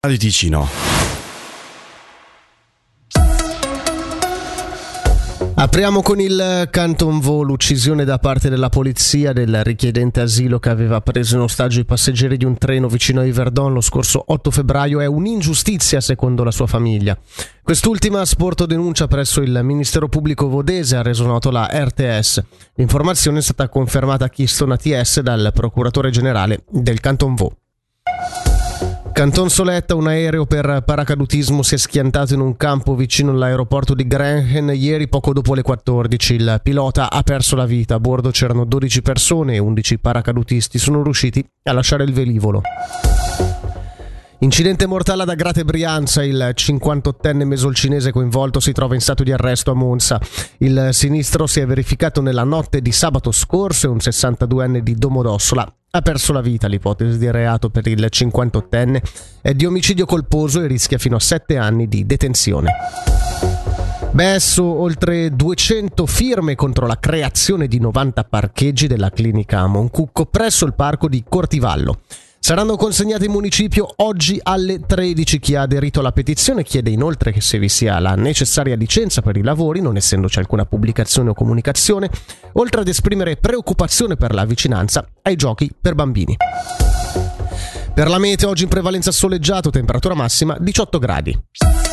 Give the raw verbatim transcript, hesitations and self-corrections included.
di Ticino. Apriamo con il Canton Vaud, l'uccisione da parte della polizia del richiedente asilo che aveva preso in ostaggio i passeggeri di un treno vicino a Yverdon lo scorso otto febbraio è un'ingiustizia secondo la sua famiglia. Quest'ultima ha sporto denuncia presso il Ministero Pubblico Vaudese, ha reso noto la R T S. L'informazione è stata confermata a Keystone A T S dal procuratore generale del Canton Vaud. Canton Soletta, un aereo per paracadutismo si è schiantato in un campo vicino all'aeroporto di Grenchen ieri poco dopo le quattordici. Il pilota ha perso la vita, a bordo c'erano dodici persone e undici paracadutisti sono riusciti a lasciare il velivolo. Incidente mortale ad Agrate Brianza, il cinquantottenne mesolcinese coinvolto si trova in stato di arresto a Monza. Il sinistro si è verificato nella notte di sabato scorso e un sessantaduenne di Domodossola ha perso la vita. L'ipotesi di reato per il cinquantottenne è di omicidio colposo e rischia fino a sette anni di detenzione. Besso, oltre duecento firme contro la creazione di novanta parcheggi della clinica Moncucco presso il parco di Cortivallo. Saranno consegnati in municipio oggi alle tredici. Chi ha aderito alla petizione chiede inoltre che se vi sia la necessaria licenza per i lavori, non essendoci alcuna pubblicazione o comunicazione, oltre ad esprimere preoccupazione per la vicinanza ai giochi per bambini. Per la meteo oggi in prevalenza soleggiato, temperatura massima diciotto gradi.